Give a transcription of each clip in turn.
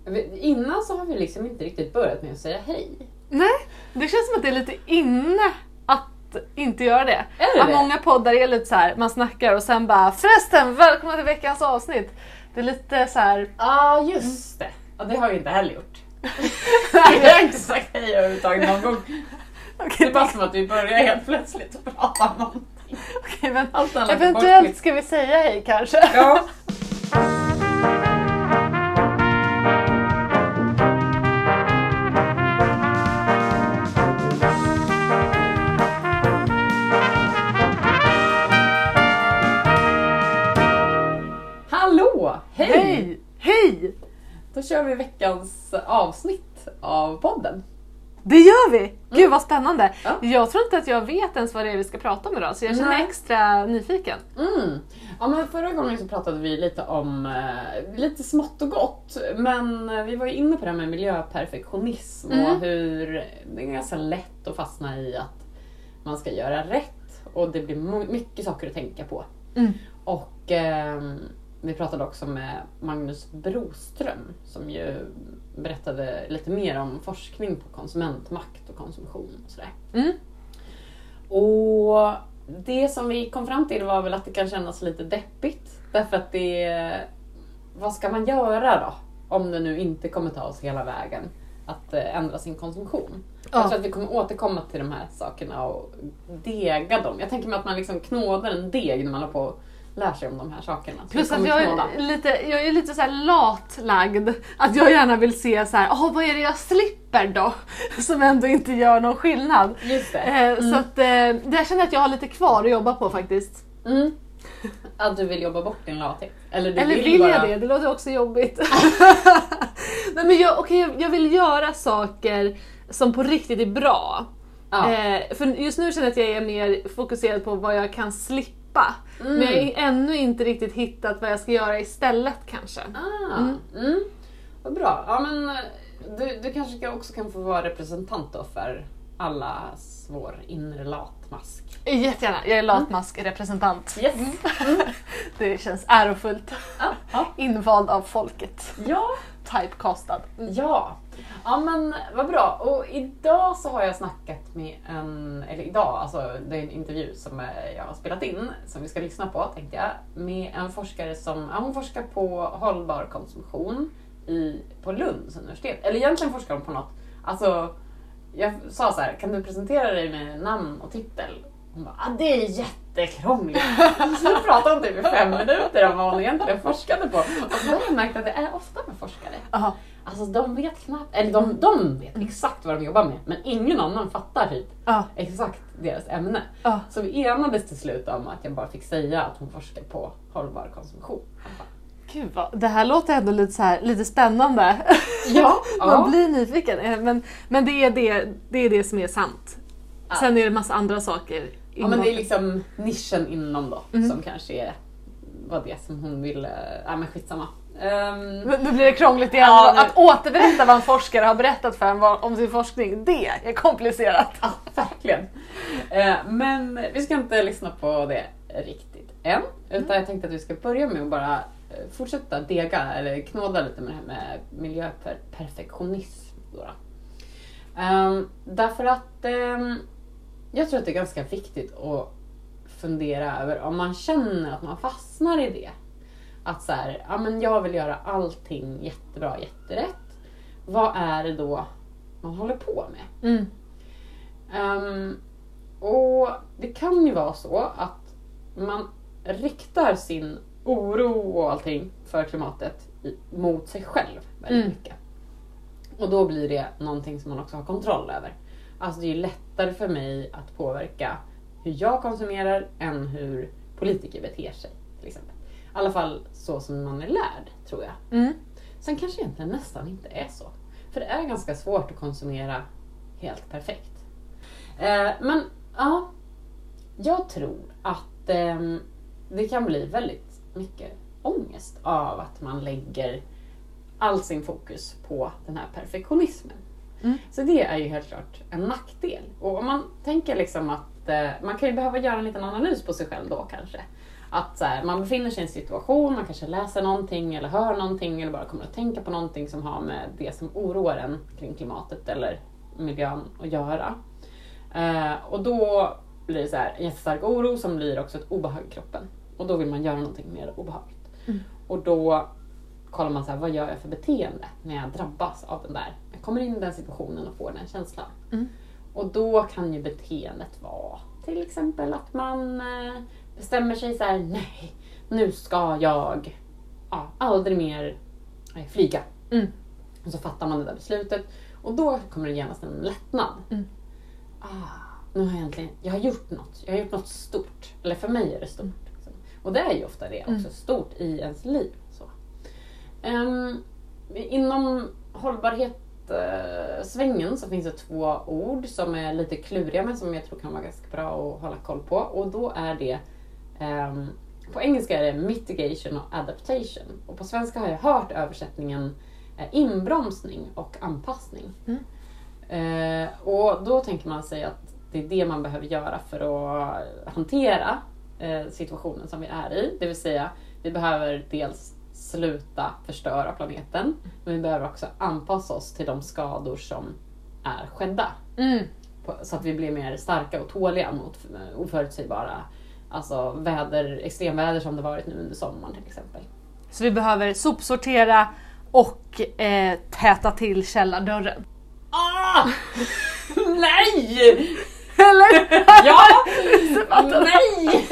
Innan så har vi liksom inte riktigt börjat med att säga hej. Nej, det känns som att det är lite inne att inte göra det. Är Att det? många poddar är lite så här, man snackar och sen bara förresten, välkomna till veckans avsnitt. Det är lite så här. Ja, just det. Ja, det har vi inte heller gjort. Vi har inte sagt hej överhuvudtaget någon gång. Det är bara som att vi börjar helt plötsligt och prata om någonting. Okej, men Allt annat är eventuellt bortklippt. ska vi säga hej kanske. Ja. Hallå! Hej! Hej! Hej! Då kör vi veckans avsnitt av podden. Det gör vi! Gud vad spännande. Ja. Jag tror inte att jag vet ens vad det är vi ska prata om idag, så jag känner Nej. extra nyfiken. Ja, men förra gången så pratade vi lite om lite smått och gott, men vi var ju inne på det här med miljöperfektionism och hur det är ganska lätt att fastna i att man ska göra rätt och det blir mycket saker att tänka på. Och vi pratade också med Magnus Broström som ju berättade lite mer om forskning på konsumentmakt och konsumtion och sådär. Och det som vi kom fram till var väl att det kan kännas lite deppigt. Därför att vad ska man göra då? Om det nu inte kommer ta oss hela vägen att ändra sin konsumtion. Ja. Jag tror att vi kommer återkomma till de här sakerna och dega dem. Jag tänker mig att man liksom knådar en deg när man håller på och lär sig om de här sakerna. Så Plus vi att kommer jag knåda. är lite så här latlagd. Att jag gärna vill se så här, vad är det jag slipper då? Som ändå inte gör någon skillnad. Just det. Så att det känner jag att jag har lite kvar att jobba på faktiskt. Att du vill jobba bort din lathet. Eller Vill bara... jag det? Det låter också jobbigt. Nej, men jag vill göra saker som på riktigt är bra. Ja. För just nu känner jag att jag är mer fokuserad på vad jag kan slippa. Men jag har ännu inte riktigt hittat vad jag ska göra istället kanske. Vad bra. Ja, men du kanske också kan få vara representant då för allas vår inre latmask. Jättegärna, jag är latmask-representant. Yes. Det känns ärofullt. Ja. Invald av folket. Ja. Typecastad. Ja. Ja, men vad bra. Och idag så har jag snackat med det är en intervju som jag har spelat in som vi ska lyssna på, tänkte jag, med en forskare som hon forskar på hållbar konsumtion på Lunds universitet. Eller egentligen forskar hon på något. Alltså, jag sa så här, kan du presentera dig med namn och titel? Hon bara, det är jättekrångligt. Så jag pratade om typ i 5 minuter om vad hon egentligen forskade på. Och så har jag märkt att det är ofta med forskare. Aha. Alltså de vet knappt, eller de vet exakt vad de jobbar med, men ingen annan fattar typ exakt deras ämne. Så vi enades till slut om att jag bara fick säga att hon forskar på hållbar konsumtion. Gud det här låter ändå lite spännande. Ja. Man blir nyfiken. Men det är det som är sant. Ja. Sen är det massa andra saker. Ja, men det är liksom nischen inom då, som kanske var det som hon ville, men skitsamma. Nu blir det krångligt igen. Ja, att återberätta vad en forskare har berättat för en om sin forskning, det är komplicerat. Ja, verkligen. Men vi ska inte lyssna på det riktigt än. Utan jag tänkte att vi ska börja med att bara fortsätta dega eller knåda lite med det här med miljöperfektionism. Därför att jag tror att det är ganska viktigt att fundera över om man känner att man fastnar i det. Att så här, men jag vill göra allting jättebra, jätterätt. Vad är det då man håller på med? Och det kan ju vara så att man riktar sin oro och allting för klimatet mot sig själv väldigt mycket. Och då blir det någonting som man också har kontroll över. Alltså det är lättare för mig att påverka hur jag konsumerar än hur politiker beter sig till exempel. I alla fall så som man är lärd, tror jag. Sen kanske egentligen nästan inte är så. För det är ganska svårt att konsumera helt perfekt. Men ja, jag tror att det kan bli väldigt mycket ångest av att man lägger all sin fokus på den här perfektionismen. Så det är ju helt klart en nackdel. Och om man tänker liksom att man kan ju behöva göra en liten analys på sig själv då kanske. Att så här, man befinner sig i en situation, man kanske läser någonting eller hör någonting eller bara kommer att tänka på någonting som har med det som oroar en kring klimatet eller miljön att göra. Och då blir det så här en jättestark oro som blir också ett obehag i kroppen. Och då vill man göra någonting mer obehagligt. Och då kollar man så här, vad gör jag för beteende när jag drabbas av den där. Jag kommer in i den situationen och får den känslan. Och då kan ju beteendet vara till exempel att man bestämmer sig så här, nej, nu ska jag aldrig mer flyga. Och så fattar man det där beslutet. Och då kommer det genast en lättnad. Nu har jag har gjort något. Jag har gjort något stort. Eller för mig är det stort. Liksom. Och det är ju ofta det också stort i ens liv. Så. Inom hållbarhetssvängen så finns det 2 ord som är lite kluriga men som jag tror kan vara ganska bra att hålla koll på. Och då är det, på engelska är det mitigation och adaptation. Och på svenska har jag hört översättningen inbromsning och anpassning. Och då tänker man sig att det är det man behöver göra för att hantera situationen som vi är i. Det vill säga, vi behöver dels sluta förstöra planeten. Men vi behöver också anpassa oss till de skador som är skedda. Så att vi blir mer starka och tåliga mot oförutsägbara extremväder som det varit nu under sommaren till exempel. Så vi behöver sopsortera och täta till källardörren. Nej! Eller? Ja! Nej!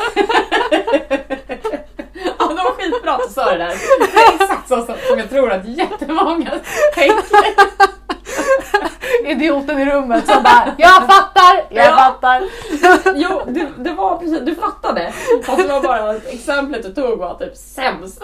Ja, det var skitbra att du sa det där. Det är exakt så som jag tror att jättemånga tänker. Idioten i rummet som bara, jag fattar. Jo, det var precis, du fattade. Fast det var bara att exemplet du tog var typ sämst.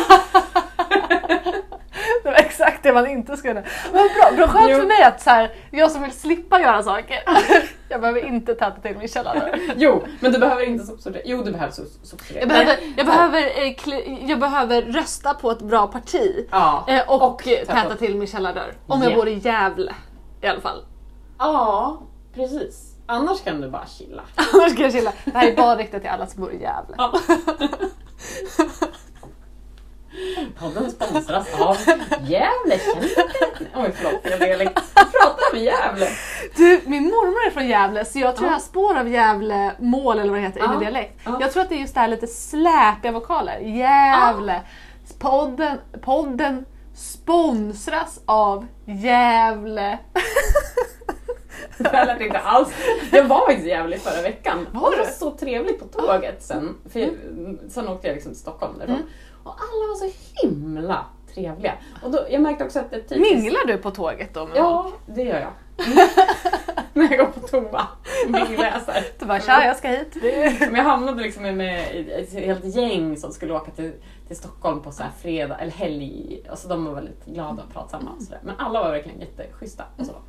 Det var exakt det man inte skulle. Men bra skönt för mig att så här, jag som vill slippa göra saker. Jag behöver inte täta till min källare. Jo, men du behöver inte sopsortera. Jo, du behöver sopsortera. Jag behöver rösta på ett bra parti. Och täta till min källardörr. Om jag bor i Gävle i alla fall. Ja, precis. Annars kan du bara chilla. Annars kan jag chilla. Det här är bara riktat till alla som bor i Gävle. Podden sponsras av Gävle. Oj, förlåt, jag pratar med Gävle. Du, min mormor är från Gävle, så jag tror jag har spår av Gävle mål eller vad det heter i min dialekt. Jag tror att det är just det här lite släpiga vokaler. Gävle. Podden sponsras av Gävle. Det lät inte alls. Jag var faktiskt i Gävle förra veckan. Var det du? var så trevligt på tåget sen. Sen åkte jag liksom till Stockholm därifrån. Och alla var så himla trevliga. Och då, jag märkte också att det typiskt... Minglar du på tåget då? Ja, det gör jag. När jag går på toa. Mingläser. Du bara, tja, jag ska hit. Men jag hamnade liksom med ett helt gäng som skulle åka till Stockholm på så här fredag eller helg. Alltså de var väldigt glada och pratsamma och sådär. Men alla var verkligen jätteschyssta och så.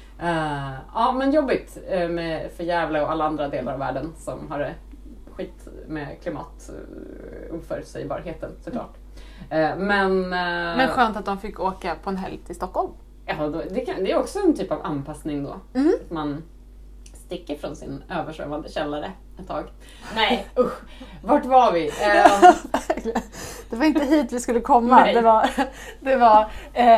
Ja, men jobbigt för Gävle och alla andra delar av världen som har det skit med klimatoförutsägbarheten såklart. Men skönt att de fick åka på en helg till Stockholm. Ja, det är också en typ av anpassning då. Att man sticker från sin översvämmade källare ett tag. Nej, usch. Vart var vi? Det var inte hit vi skulle komma. Nej. Det var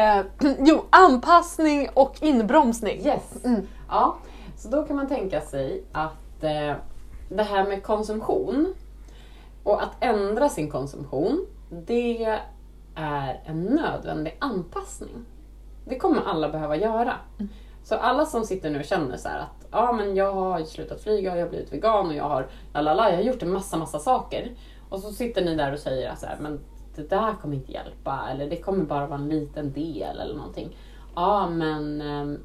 anpassning och inbromsning. Yes. Ja, så då kan man tänka sig att det här med konsumtion och att ändra sin konsumtion, det är en nödvändig anpassning. Det kommer alla behöva göra. Så alla som sitter nu och känner så här att men jag har slutat flyga, jag har blivit vegan och jag har jag har gjort en massa saker. Och så sitter ni där och säger så här, men det där kommer inte hjälpa eller det kommer bara vara en liten del eller någonting. Ja, men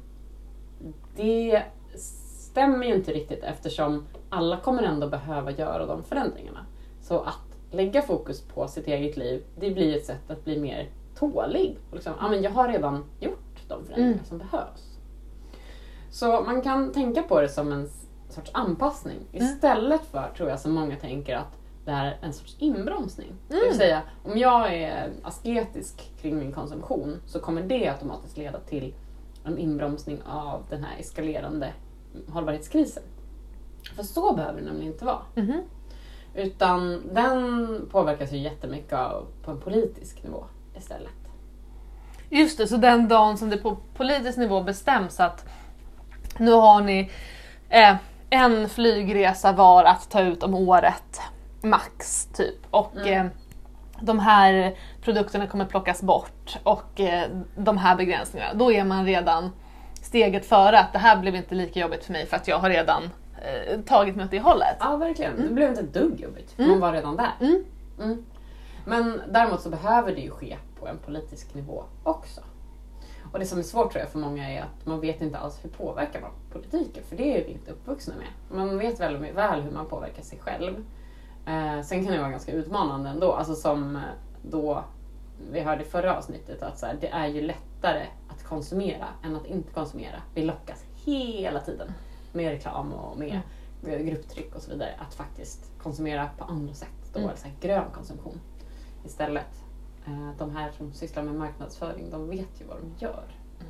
det stämmer ju inte riktigt eftersom alla kommer ändå behöva göra de förändringarna. Så att lägga fokus på sitt eget liv, det blir ett sätt att bli mer tålig. Och liksom, men jag har redan gjort de förändringar som behövs. Så man kan tänka på det som en sorts anpassning. Istället för, tror jag, som många tänker att det är en sorts inbromsning. Det vill säga, om jag är asketisk kring min konsumtion så kommer det automatiskt leda till en inbromsning av den här eskalerande hållbarhetskrisen. För så behöver det nämligen inte vara. Utan den påverkas ju jättemycket på en politisk nivå istället. Just det, så den dagen som det på politisk nivå bestäms att nu har ni en flygresa var att ta ut om året max typ. Och de här produkterna kommer plockas bort och de här begränsningarna. Då är man redan steget före att det här blev inte lika jobbigt för mig för att jag har redan tagit mig åt det hållet. Ja, verkligen. Det blev inte ett dugg jobbigt. Man var redan där. Men däremot så behöver det ju ske på en politisk nivå också. Och det som är svårt tror jag för många är att man vet inte alls hur påverkar man politiken. För det är vi inte uppvuxna med. Man vet väldigt väl hur man påverkar sig själv. Sen kan det vara ganska utmanande ändå. Alltså som då vi hörde i förra avsnittet att så här, det är ju lättare att konsumera än att inte konsumera. Vi lockas hela tiden med reklam och med grupptryck och så vidare. Att faktiskt konsumera på andra sätt. Då är det så här grön konsumtion istället. De här som sysslar med marknadsföring, de vet ju vad de gör.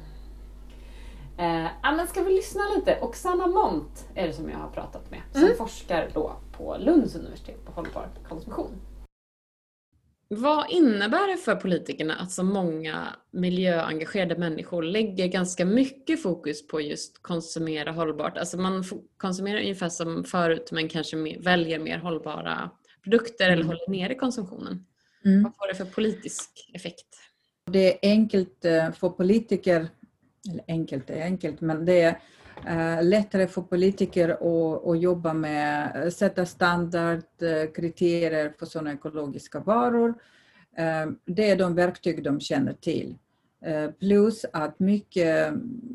Men ska vi lyssna lite? Oksana Mont är det som jag har pratat med. Som forskar då på Lunds universitet på hållbar konsumtion. Vad innebär det för politikerna att så många miljöengagerade människor lägger ganska mycket fokus på just konsumera hållbart? Alltså man konsumerar ungefär som förut men kanske väljer mer hållbara produkter eller håller nere konsumtionen. Vad får det för politisk effekt? Det är enkelt för politiker, eller enkelt, men det är lättare för politiker att jobba med sätta standard, kriterier för sådana ekologiska varor. Det är de verktyg de känner till. Plus att mycket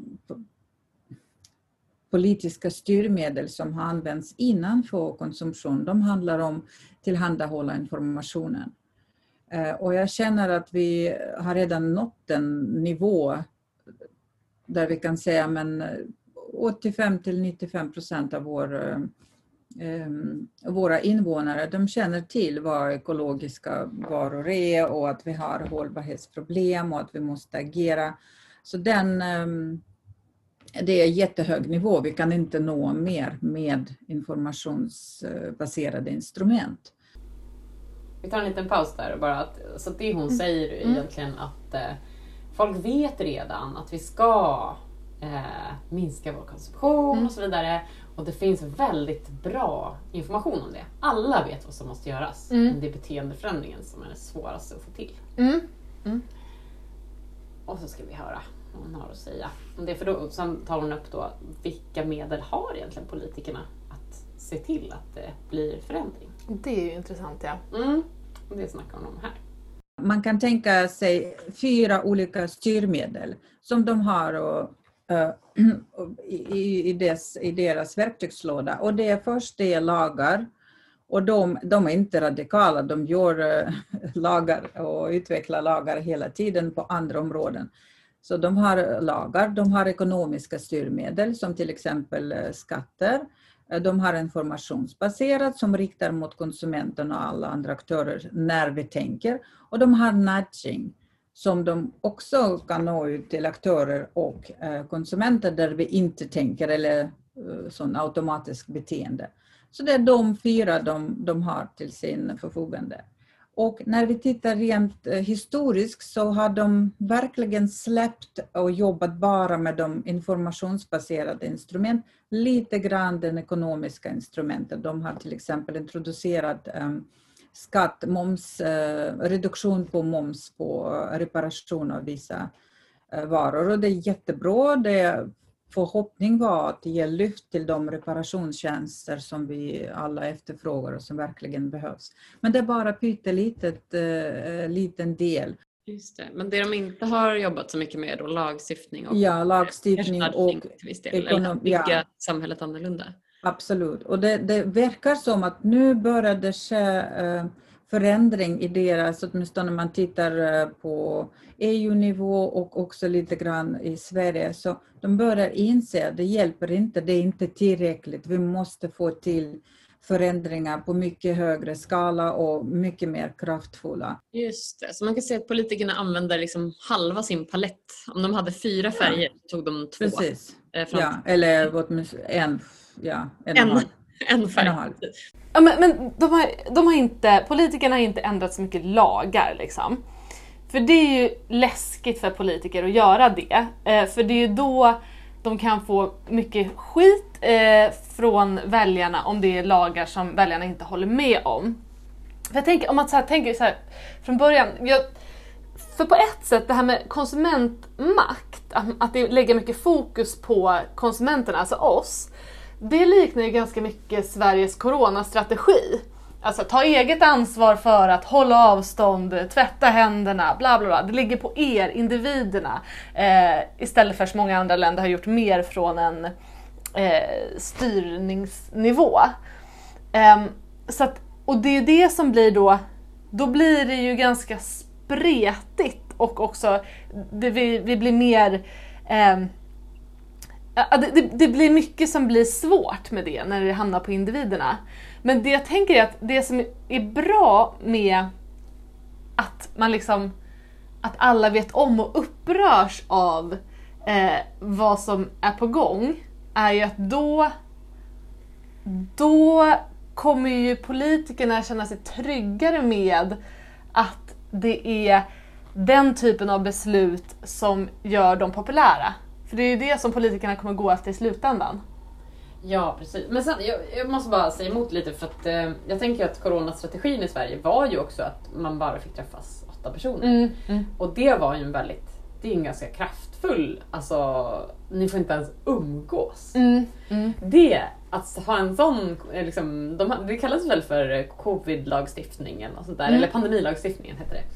politiska styrmedel som har använts innan för konsumtion, de handlar om tillhandahålla informationen. Och jag känner att vi har redan nått en nivå där vi kan säga men 85-95% av våra invånare, de känner till vad ekologiska varor är och att vi har hållbarhetsproblem och att vi måste agera. Så det är jättehög nivå. Vi kan inte nå mer med informationsbaserade instrument. Vi tar en liten paus där och bara så det hon säger är egentligen att folk vet redan att vi ska minska vår konsumtion och så vidare. Och det finns väldigt bra information om det. Alla vet vad som måste göras. Men det är beteendeförändringen som är det svåraste att få till. Och så ska vi höra vad hon har att säga om det. För då, sen tar hon upp då vilka medel har egentligen politikerna att se till att det blir förändring. Det är ju intressant, ja. Och det snackar hon om här. Man kan tänka sig 4 olika styrmedel som de har i deras verktygslåda. Och det är först det är lagar. Och de är inte radikala, de gör lagar och utvecklar lagar hela tiden på andra områden. Så de har lagar, de har ekonomiska styrmedel som till exempel skatter. De har informationsbaserat som riktar mot konsumenten och alla andra aktörer när vi tänker. Och de har nudging som de också kan nå ut till aktörer och konsumenter där vi inte tänker eller sån automatisk beteende. Så det är de 4 de har till sin förfogande. Och när vi tittar rent historiskt så har de verkligen släppt och jobbat bara med de informationsbaserade instrument. Lite grann den ekonomiska instrumentet. De har till exempel introducerat skatt, reduktion på moms på reparation av vissa varor. Och det är jättebra. Det förhoppning var att ge lyft till de reparationstjänster som vi alla efterfrågar och som verkligen behövs. Men det är bara liten del. Just det. Men det de inte har jobbat så mycket med är då lagstiftning och lagstiftning och bygga samhället annorlunda. Absolut. Och det verkar som att nu börjar det ske förändring i deras, åtminstone när man tittar på EU-nivå och också lite grann i Sverige. Så de börjar inse att det hjälper inte, det är inte tillräckligt. Vi måste få till förändringar på mycket högre skala och mycket mer kraftfulla. Just det, så man kan säga att politikerna använder liksom halva sin palett. Om de hade 4 färger tog de 2. Precis, eller åtminstone en. En och en halv. Ja, men de har inte, politikerna har inte ändrat så mycket lagar liksom. För det är ju läskigt för politiker att göra det. För det är ju då de kan få mycket skit från väljarna om det är lagar som väljarna inte håller med om. För jag tänker, om man tänker så här från början, för på ett sätt det här med konsumentmakt, att det lägger mycket fokus på konsumenterna, alltså oss, det liknar ju ganska mycket Sveriges coronastrategi. Alltså ta eget ansvar för att hålla avstånd, tvätta händerna, bla bla bla. Det ligger på er, individerna. Istället för som många andra länder har gjort mer från en styrningsnivå. Så att, och det är det som blir då blir det ju ganska spretigt och också vi blir mer... Det blir mycket som blir svårt med det när det hamnar på individerna. Men det jag tänker är att det som är bra med att man liksom att alla vet om och upprörs av vad som är på gång är ju att då kommer ju politikerna känna sig tryggare med att det är den typen av beslut som gör dem populära. För det är ju det som politikerna kommer gå efter i slutändan. Ja, precis. Men sen, jag måste bara säga emot lite för att jag tänker att coronastrategin i Sverige var ju också att man bara fick träffas 8 personer. Och det var ju det är en ganska kraftfull, alltså ni får inte ens umgås. Det, att ha en sån, liksom, det kallas väl för covid-lagstiftningen och sånt där, eller pandemilagstiftningen heter det.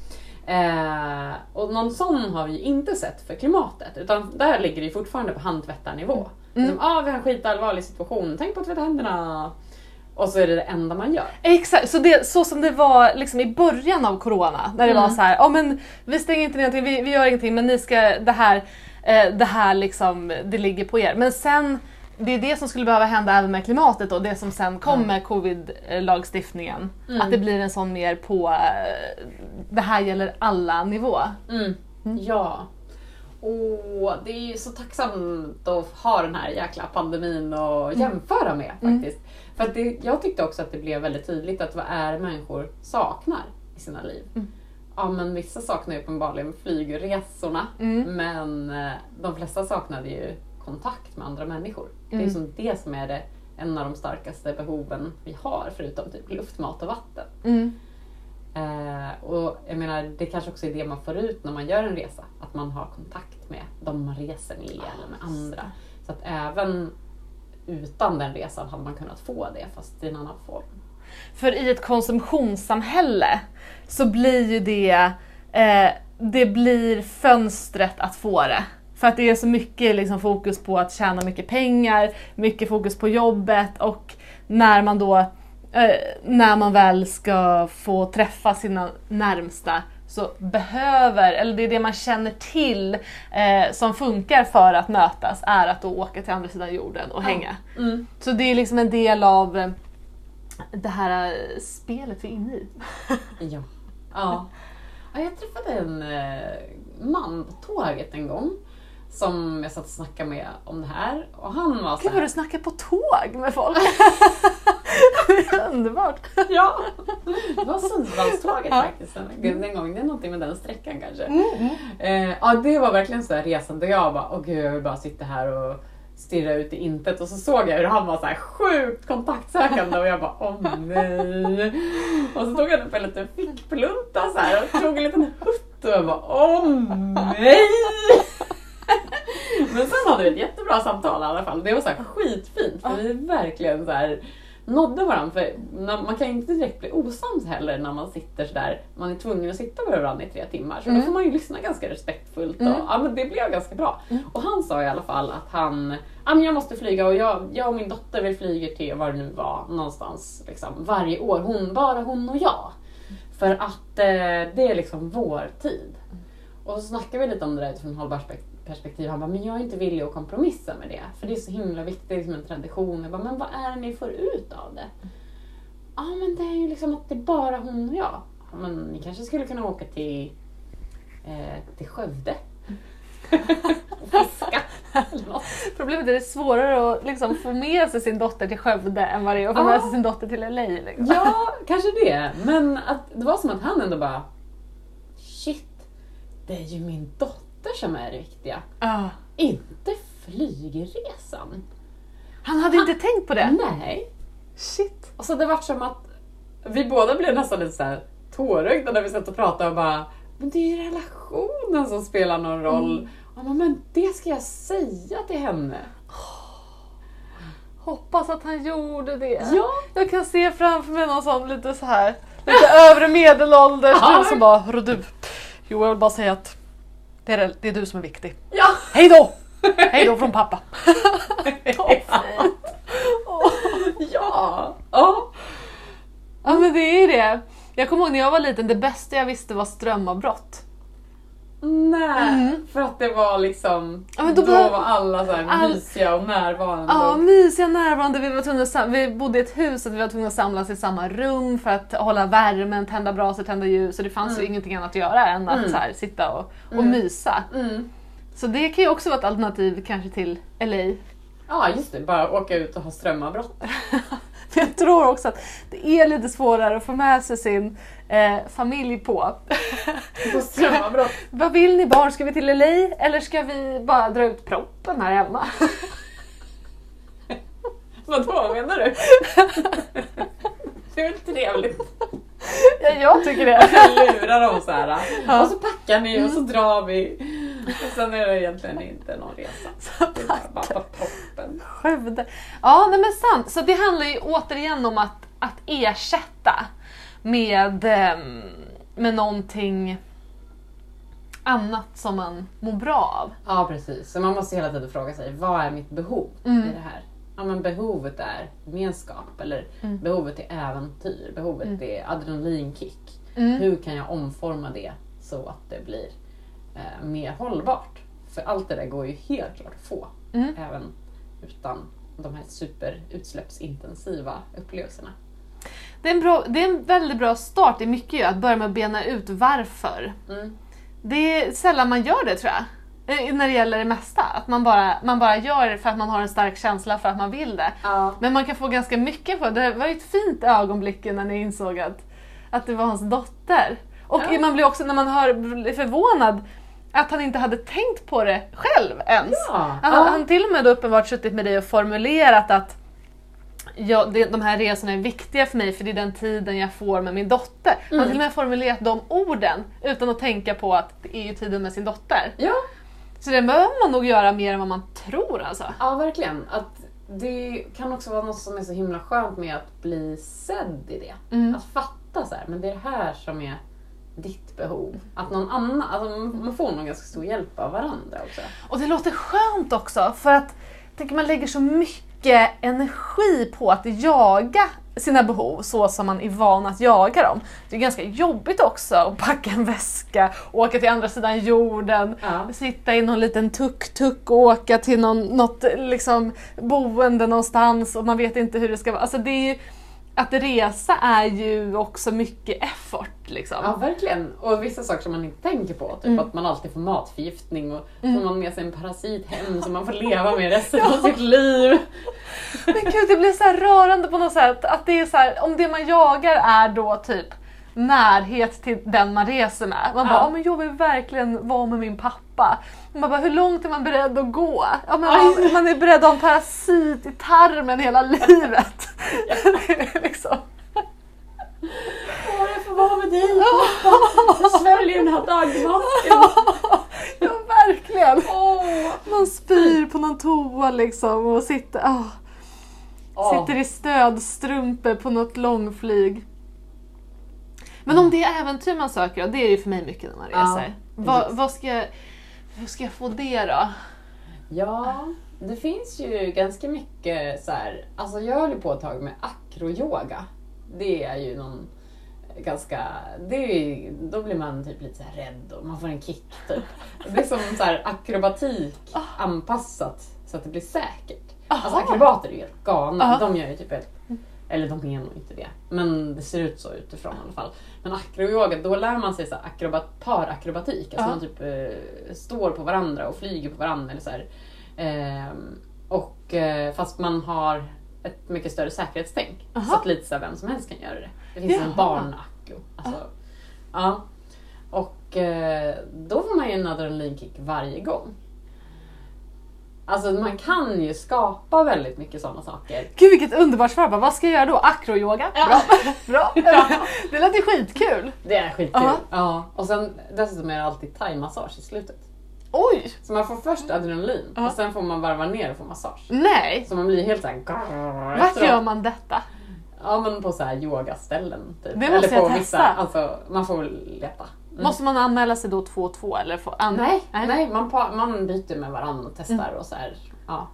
Och någon sån har vi inte sett för klimatet, utan där ligger det fortfarande på handtvättarnivå. Vi har en skitallvarlig situation, tänk på att tvätta händerna. Och så är det enda man gör. Exakt, så som det var liksom i början av corona. När det var så här, men vi stänger inte ner någonting, vi gör ingenting, men ni ska, det här liksom, det ligger på er. Men sen, det är det som skulle behöva hända även med klimatet och det som sen kom med covid-lagstiftningen. Att det blir en sån mer på, det här gäller alla nivå. Ja. Och det är ju så tacksamt att ha den här jäkla pandemin att jämföra med faktiskt. För att jag tyckte också att det blev väldigt tydligt att vad är människor saknar i sina liv. Ja, men vissa saknar ju uppenbarligen flygresorna, men de flesta saknade ju kontakt med andra människor. Det är ju som det som är en av de starkaste behoven vi har, förutom typ luft, mat och vatten. Och jag menar, det kanske också är det man får ut när man gör en resa, att man har kontakt med de man reser med eller med andra. Så att även utan den resan hade man kunnat få det, fast i en annan form. För i ett konsumtionssamhälle så blir ju det blir fönstret att få det. För att det är så mycket liksom fokus på att tjäna mycket pengar, mycket fokus på jobbet, och när man väl ska få träffa sina närmsta så eller det är det man känner till som funkar för att mötas, är att då åka till andra sidan jorden och hänga. Så det är liksom en del av det här spelet vi är inne i. Ja, jag träffade en man på tåget en gång som jag satt och snackade med om det här, och han var så Gud, vad du snackar på tåg med folk. Underbart. Ja, det var Sundsvallståget faktiskt den gången. Det är någonting med den sträckan kanske. Ja, det var verkligen så här resan där jag bara, gud, jag vill bara sitta här och stirra ut i intet, och så såg jag hur han var så här sjukt kontaktsökande och jag bara, nej. Och så tog han upp en liten fickplunta så här och tog en liten hutt och jag bara, nej. Men sen hade vi ett jättebra samtal i alla fall. Det var så här skitfint, för vi verkligen så här nådde varandra. För man kan inte direkt bli osams heller när man sitter så där. Man är tvungen att sitta med varandra i 3 timmar. Så då får man ju lyssna ganska respektfullt. Och, ja, men det blev ganska bra. Och han sa i alla fall att jag måste flyga, och jag och min dotter vill flyga till vad det nu var någonstans liksom, varje år. Bara hon och jag. För att det är liksom vår tid. Och så snackade vi lite om det där utifrån hållbarhetsperspektiv. Han bara, men jag är inte villig att kompromissa med det. För det är så himla viktigt, det är liksom en tradition. Jag bara, men vad är det ni får ut av det? Ja, men det är ju liksom att det är bara hon och jag. Ja, men ni kanske skulle kunna åka till Skövde. Och fiska. problemet är det svårare att liksom få med sig sin dotter till Skövde än vad det är att få med sig sin dotter till LA. Liksom. Ja, kanske det. Men att det var som att han ändå bara, shit, det är ju min dotter som är det viktiga. Inte flygresan. Han hade inte tänkt på det? Nej. Shit. Och så det var som att vi båda blev nästan lite så här tårögda när vi satt och pratade och bara, men det är ju relationen som spelar någon roll. Ja, men det ska jag säga till henne. Hoppas att han gjorde det. Ja. Jag kan se framför mig någon sån lite så här, lite övre medelålders som bara, hörru du, jo jag vill bara säga att det är du som är viktig. Ja. Hej då! Hej då från pappa. Ja. Ja men det är det. Jag kommer ihåg när jag var liten, det bästa jag visste var strömavbrott. Nej, för att det var liksom, ja, men då var alla så här mysiga och närvarande. Ja, mysiga närvarande. Vi bodde i ett hus och vi var tvungna att samlas i samma rum för att hålla värmen, tända brasor, tända ljus. Så det fanns ju ingenting annat att göra än att så här, sitta och mysa. Så det kan ju också vara ett alternativ kanske till LA. Ja, just det. Bara åka ut och ha strömavbrott. Men jag tror också att det är lite svårare att få med sig sin familj på. På strömavbrott. Vad vill ni barn? Ska vi till LA eller ska vi bara dra ut proppen här hemma? Vadå menar du? Det är väl trevligt. Ja, jag tycker det. Jag lurar dem så här. Ja. Och så packar ni och så drar vi. Och sen är det egentligen inte någon resa. Det är bara på toppen. Skövde. Ja, nej men sant. Så det handlar ju återigen om att ersätta med någonting annat som man mår bra av. Ja, precis. Så man måste hela tiden fråga sig, vad är mitt behov i det här? Ja, men behovet är gemenskap eller behovet är äventyr, behovet är adrenalinkick. Hur kan jag omforma det så att det blir mer hållbart? För allt det där går ju helt klart att få, även utan de här superutsläppsintensiva upplevelserna. Det är en väldigt bra start i mycket att börja med att bena ut varför. Det är sällan man gör det tror jag. När det gäller det mesta. Att man bara gör det för att man har en stark känsla för att man vill det. Ja. Men man kan få ganska mycket på det. Det var ju ett fint ögonblick när ni insåg att det var hans dotter. Och man blir också, när man blir förvånad att han inte hade tänkt på det själv ens. Ja. Han till och med uppenbart suttit med dig och formulerat att de här resorna är viktiga för mig för det är den tiden jag får med min dotter. Han har till och med formulerat de orden utan att tänka på att det är ju tiden med sin dotter. Ja. Så det behöver man nog göra mer än vad man tror alltså. Ja, verkligen. Att det kan också vara något som är så himla skönt med att bli sedd i det. Att fatta så här, men det är det här som är ditt behov. Att någon annan, alltså man får nog ganska stor hjälp av varandra också. Och det låter skönt också för att jag tänker man lägger så mycket energi på att jaga sina behov så som man är van att jaga dem. Det är ganska jobbigt också att packa en väska, åka till andra sidan jorden, sitta i någon liten tuk-tuk och åka till något liksom boende någonstans och man vet inte hur det ska vara. Alltså det är ju, att resa är ju också mycket effort liksom. Ja, verkligen. Och vissa saker som man inte tänker på. Typ att man alltid får matförgiftning och får man med sig en parasit hem som man får leva med resten av sitt liv. Men gud, det blir så här rörande på något sätt. Att det är så här, om det man jagar är då typ närhet till den man reser med. Man bara, men jag vill verkligen vara med min pappa. Man bara, hur långt är man beredd att gå? Ja, men man är beredd att ha en parasit i tarmen hela livet. Liksom. Jag får vara med dig, pappa. Jag sväljer den här dagmasken. Ja, verkligen. Man spyr på någon toa liksom och sitter i stödstrumpor på något långflyg. Men om det är äventyr man söker, det är ju för mig mycket när man reser. Hur ska jag få det då? Ja, det finns ju ganska mycket så här. Alltså jag höll på ett tag med acroyoga. Det är ju någon ganska, då blir man typ lite så här rädd och man får en kick typ. Det är som så här akrobatik anpassat så att det blir säkert. Alltså akrobater är ju helt galna. De gör ju typ eller de menar nog inte det. Men det ser ut så utifrån i alla fall. Men acroyoga, då lär man sig så här parakrobatik. Alltså man typ står på varandra och flyger på varandra. Eller så här. Och fast man har ett mycket större säkerhetstänk. Aha. Så att lite så här, vem som helst kan göra det. Det finns en barn-aklo. Alltså, ja. Och då får man ju en adrenalinkick varje gång. Alltså man kan ju skapa väldigt mycket sådana saker. Gud vilket underbart svar. Vad ska jag göra då? Acroyoga? Ja. Bra. Det låter skitkul. Det är skitkul. Ja. Ja. Och sen dessutom är det alltid thai-massage i slutet. Oj! Så man får först adrenalin och sen får man varva ner och få massage. Nej! Så man blir helt såhär... Vart gör man detta? Ja men på så här yogaställen typ. Det måste eller på jag vissa, testa. alltså man får leta. Måste man anmäla sig då 2-2 eller få Nej, man byter med varandra och testar och så här. Ja.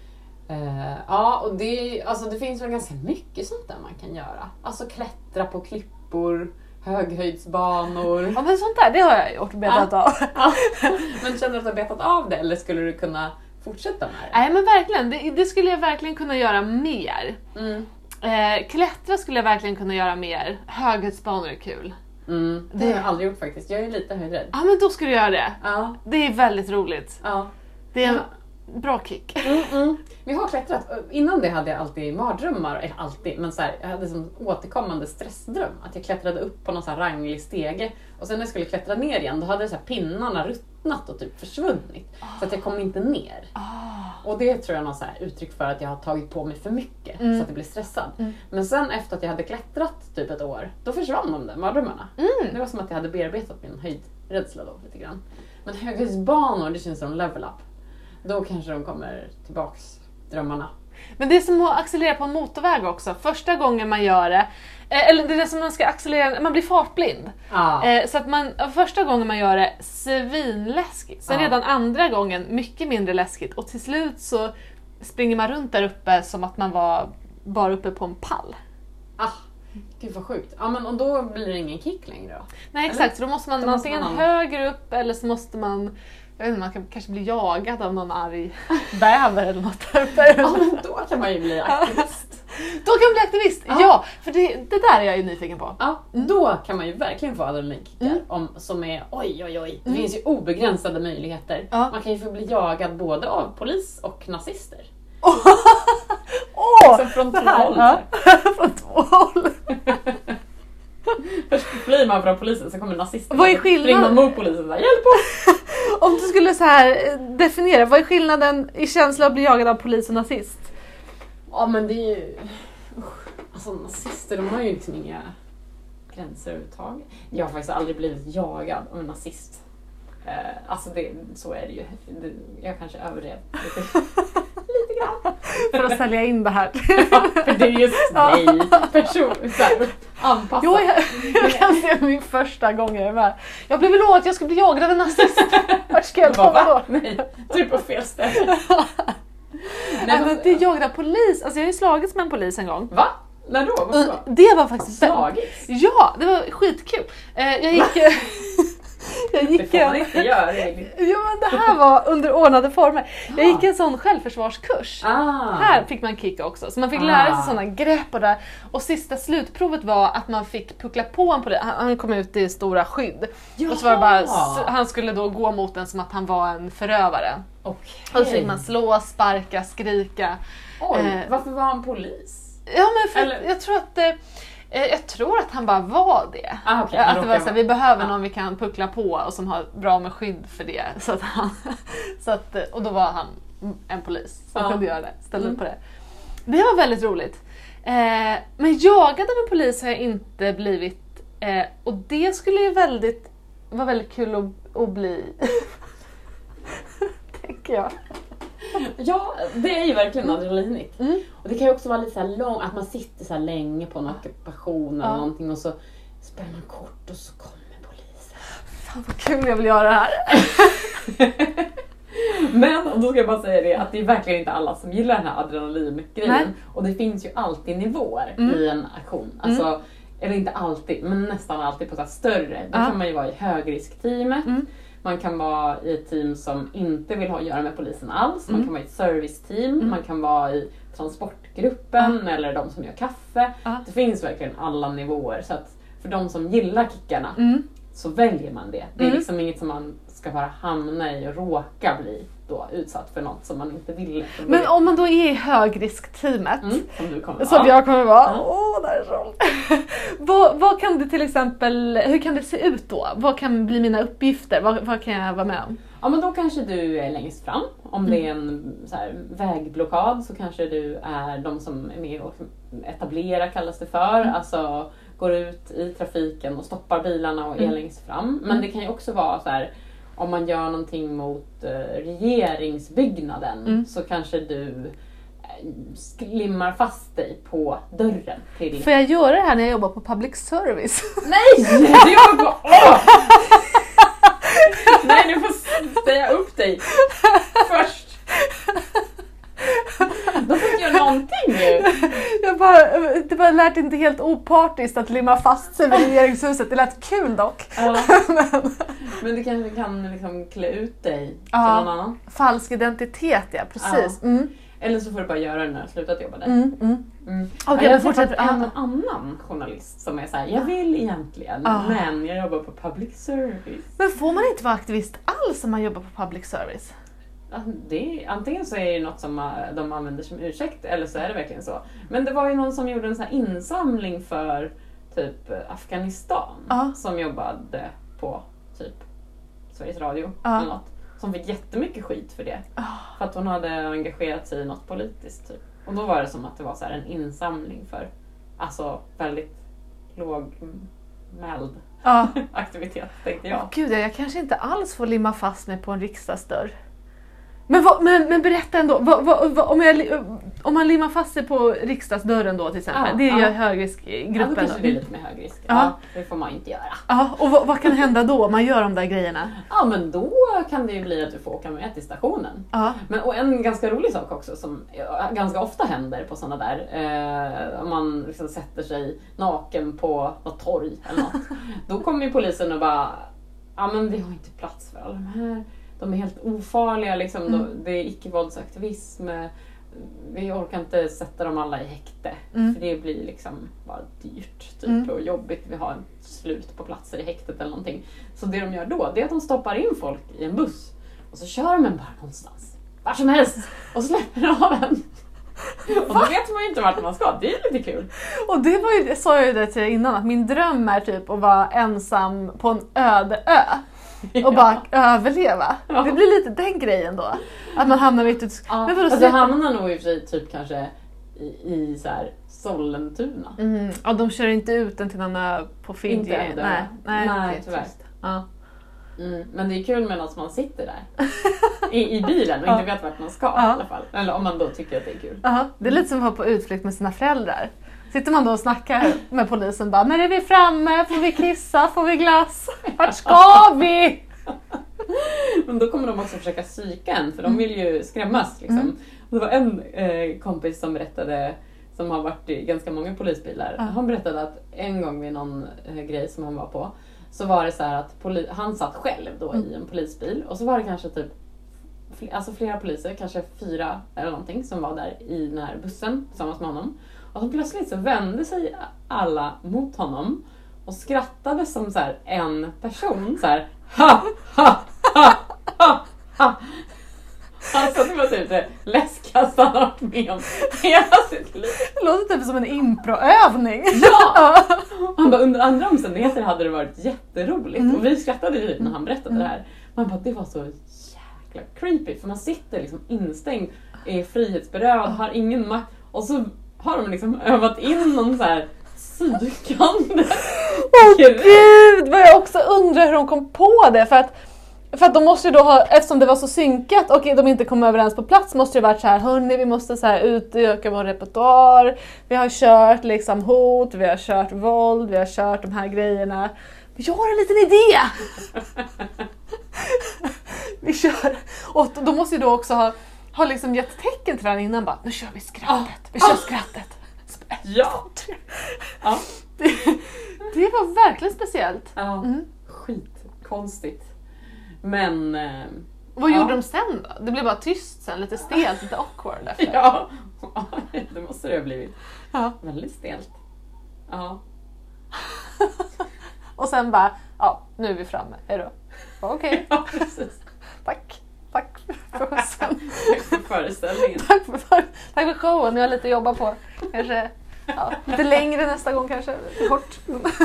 Ja, och det finns väl ganska mycket sånt där man kan göra. Alltså klättra på klippor, höghöjdsbanor. Ja men sånt där, det har jag gjort, betat av. Ja. Men känner du att du har betat av det eller skulle du kunna fortsätta med det? Nej men verkligen, det skulle jag verkligen kunna göra mer. Klättra skulle jag verkligen kunna göra mer. Höghöjdsbanor är kul. Det har jag aldrig gjort faktiskt. Jag är lite höjdrädd. Ja men då ska du göra det. Ja. Det är väldigt roligt. Ja. Det är en bra kick. Vi har klättrat. Innan det hade jag alltid mardrömmar. Eller alltid, men så här, jag hade som återkommande stressdröm. Att jag klättrade upp på någon så här ranglig stege. Och sen när jag skulle klättra ner igen, då hade så här pinnarna ruttnat och typ försvunnit. Så att jag kom inte ner. Och det tror jag är något så här uttryck för att jag har tagit på mig för mycket. Så att jag blir stressad. Men sen efter att jag hade klättrat typ ett år, då försvann de där mardrömmarna. Det var som att jag hade bearbetat min höjdrädsla då lite grann. Men höghöjdsbanor, det känns som level up. Då kanske de kommer tillbaks, drömmarna. Men det är som att accelerera på en motorväg också. Första gången man gör det, eller det är som man ska accelerera, man blir fartblind. Så att första gången man gör det, svinläskigt. Sen redan andra gången, mycket mindre läskigt. Och till slut så springer man runt där uppe som att man var bara uppe på en pall. Gud vad sjukt. Ja men och då blir det ingen kick längre då? Nej exakt, så då måste man antingen högre upp eller så måste man, jag vet inte, man kan kanske bli jagad av någon arg bäver eller något där uppe. Ja men då kan man ju bli aktivist. Då kan man bli aktivist, ja för det där är jag ju nyfiken på. Ja, då kan man ju verkligen få adrenalinkickar som är oj. Det finns ju obegränsade möjligheter. Man kan ju få bli jagad både av polis och nazister. Så från 2 håll. Från 2 håll. Först flyr man från polisen så kommer nazister. Vad är skillnaden? Springer man mot polisen och säger hjälp oss. Om du skulle så här definiera, vad är skillnaden i känsla att bli jagad av polis och nazist? Ja men det är ju... Alltså nazister, de har ju liksom inga gränser överhuvudtaget. Jag har faktiskt aldrig blivit jagad av en nazist. Alltså så är det ju. Jag kanske överdrev lite grann. För att sälja in det här. Ja, för det är just mig. Anpassat. Jo, jag kan se min första gång jag är med. Jag blev lovat att jag skulle bli jagad av en nazist. Vart ska jag komma då? Nej, du är på fel ställe. Nej, men det är jagad av polis. Alltså jag har ju slagits med en polis en gång. Va? När då? Varför? Det var faktiskt... Slagits? Ja, det var skitkul. Jag gick... Det får man inte göra egentligen. Jo men det här var under ordnade former. Jag gick en sån självförsvarskurs. Här fick man kicka också. Så man fick lära sig sådana grepp och där. Och sista slutprovet var att man fick puckla på en på det. Han kom ut i stora skydd. Och så var det bara, han skulle då gå mot den som att han var en förövare. Och så fick man slå, sparka, skrika. Oj, varför var han polis? Ja men för jag tror att han bara var det. Okay, att det var så här, vi behöver någon vi kan puckla på och som har bra med skydd för det. Och då var han en polis som kunde göra det. Ställde upp på det. Det var väldigt roligt. Men jagad av en polis har jag inte blivit. Och det skulle ju vara väldigt kul att bli. Tänker jag. Ja, det är ju verkligen adrenalinigt. Och det kan ju också vara lite så här lång, att man sitter så här länge på en ockupation eller någonting och så spelar man kort och så kommer polisen. Fan vad kul jag vill göra det här. Men, och då ska jag bara säga det, att det är verkligen inte alla som gillar den här adrenalingrejen. Nej. Och det finns ju alltid nivåer i en aktion. Alltså, eller inte alltid, men nästan alltid på så här större. Då kan man ju vara i högriskteamet. Man kan vara i ett team som inte vill ha att göra med polisen alls. Man kan vara i ett serviceteam. Man kan vara i transportgruppen eller de som gör kaffe. Det finns verkligen alla nivåer. Så att för de som gillar kickarna så väljer man det. Det är liksom inget som man ska bara hamna i och råka bli då utsatt för något som man inte vill. Men om man då är i högriskteamet, som du kommer som jag kommer vara, det är så. vad kan det till exempel, hur kan det se ut då? Vad kan bli mina uppgifter? Vad kan jag vara med om? Ja, men då kanske du är längst fram. Om det är en så här, vägblockad så kanske du är de som är med och etablerar, kallas det för. Alltså går ut i trafiken och stoppar bilarna och är längst fram. Men det kan ju också vara så här, om man gör någonting mot regeringsbyggnaden så kanske du limmar fast dig på dörren till... Får jag göra det här när jag jobbar på public service? Nej! Du jobbar på... Nej, du får säga upp dig först. Då får du göra någonting nu. Det var lärt inte helt opartiskt att limma fast sig vid regeringshuset. Det lät kul dock. Men du kanske kan liksom klä ut dig till någon annan. Falsk identitet, ja, precis. Ja. Eller så får du bara göra det när du har slutat jobba där. Okay, jag fortsätter en annan journalist som är så här: jag vill egentligen, men jag jobbar på public service. Men får man inte vara aktivist alls om man jobbar på public service? Antingen så är det något som de använder som ursäkt, eller så är det verkligen så. Men det var ju någon som gjorde en sån här insamling för typ Afghanistan som jobbade på typ Sveriges Radio eller något. Som fick jättemycket skit för det. För att hon hade engagerat sig i något politiskt typ. Och då var det som att det var så här en insamling för alltså väldigt lågmäld aktivitet, tänkte jag. Gud, jag kanske inte alls får limma fast mig på en riksdagsdörr. Men berätta ändå, om man limmar fast sig på riksdagsdörren då till exempel, det är ju högriskgruppen. Ja, då kanske det är lite mer högrisk. Ja, det får man inte göra. Ja, och vad kan hända då om man gör de där grejerna? Ja, men då kan det ju bli att du får åka med till stationen. Och en ganska rolig sak också som ganska ofta händer på sådana där, om man liksom sätter sig naken på något torg eller något, då kommer ju polisen och bara, men vi har inte plats för alla de här. De är helt ofarliga, liksom. Det är icke-våldsaktivism. Vi orkar inte sätta dem alla i häkte. För det blir liksom bara dyrt typ, och jobbigt. Vi har ett slut på platser i häktet eller någonting. Så det de gör då, det är att de stoppar in folk i en buss. Och så kör de en bara någonstans. Var som helst. Och släpper av en. Och då vet man ju inte vart man ska. Det är lite kul. Och det var ju, sa jag ju det till innan, att min dröm är typ att vara ensam på en öde ö. Och bara överleva. Det blir lite den grejen då. Att man hamnar mitt ut. Men alltså hamnar nog i och för sig typ kanske i så här Sollentuna. Ja, de kör inte ut den till någon ö på Fiji. Nej, tyvärr. Men det är kul med något som man sitter där i bilen och inte vet vart man ska i alla fall. Eller om man då tycker att det är kul. Det är lite som att vara på utflykt med sina föräldrar. Sitter man då och snackar med polisen bara, när är vi framme? Får vi kissa? Får vi glass? Vart ska vi? Men då kommer de också försöka psyka en, för de vill ju skrämmas liksom. Och det var en kompis som berättade, som har varit i ganska många polisbilar. Han berättade att en gång vid någon grej som han var på, så var det så här att han satt själv då i en polisbil, och så var det kanske typ flera poliser, kanske 4 eller någonting, som var där i den här bussen tillsammans med honom. Och så plötsligt så vände sig alla mot honom och skrattade som så här en person, så här ha ha ha ha ha. Alltså det var typ det läskigaste han har varit med om hela sitt liv. Det låter typ som en improövning. Ja! Han bara, under andra omständigheter hade det varit jätteroligt. Och vi skrattade ju när han berättade det här. Man bara, det var så jäkla creepy. För man sitter liksom instängd, är frihetsberövad, har ingen makt. Och så har de liksom övat in någon så här psykande. Gud, vad jag också undrar hur de kom på det. För att de måste ju då ha, eftersom det var så synkat och de inte kom överens på plats, måste det varit så här, hörni, vi måste så här utöka vår repertoar. Vi har kört liksom hot, vi har kört våld, vi har kört de här grejerna. Jag har en liten idé! Vi kör. Och de måste ju då också ha liksom gett tecken till varandra innan, bara, nu kör vi skrattet. Vi kör skrattet. Ja. Ja. Det var verkligen speciellt. Ja, skitkonstigt. Men... vad gjorde de sen då? Det blev bara tyst sen, lite stelt, lite awkward efter. Ja, det måste det ha blivit. Ja. Väldigt stelt. Ja. Och sen bara, nu är vi framme, hejdå. Okej. Ja, precis. Tack för skjutsen. Tack för föreställningen. Tack för showen, jag har lite att jobba på. Kanske lite längre nästa gång, kanske lite kort.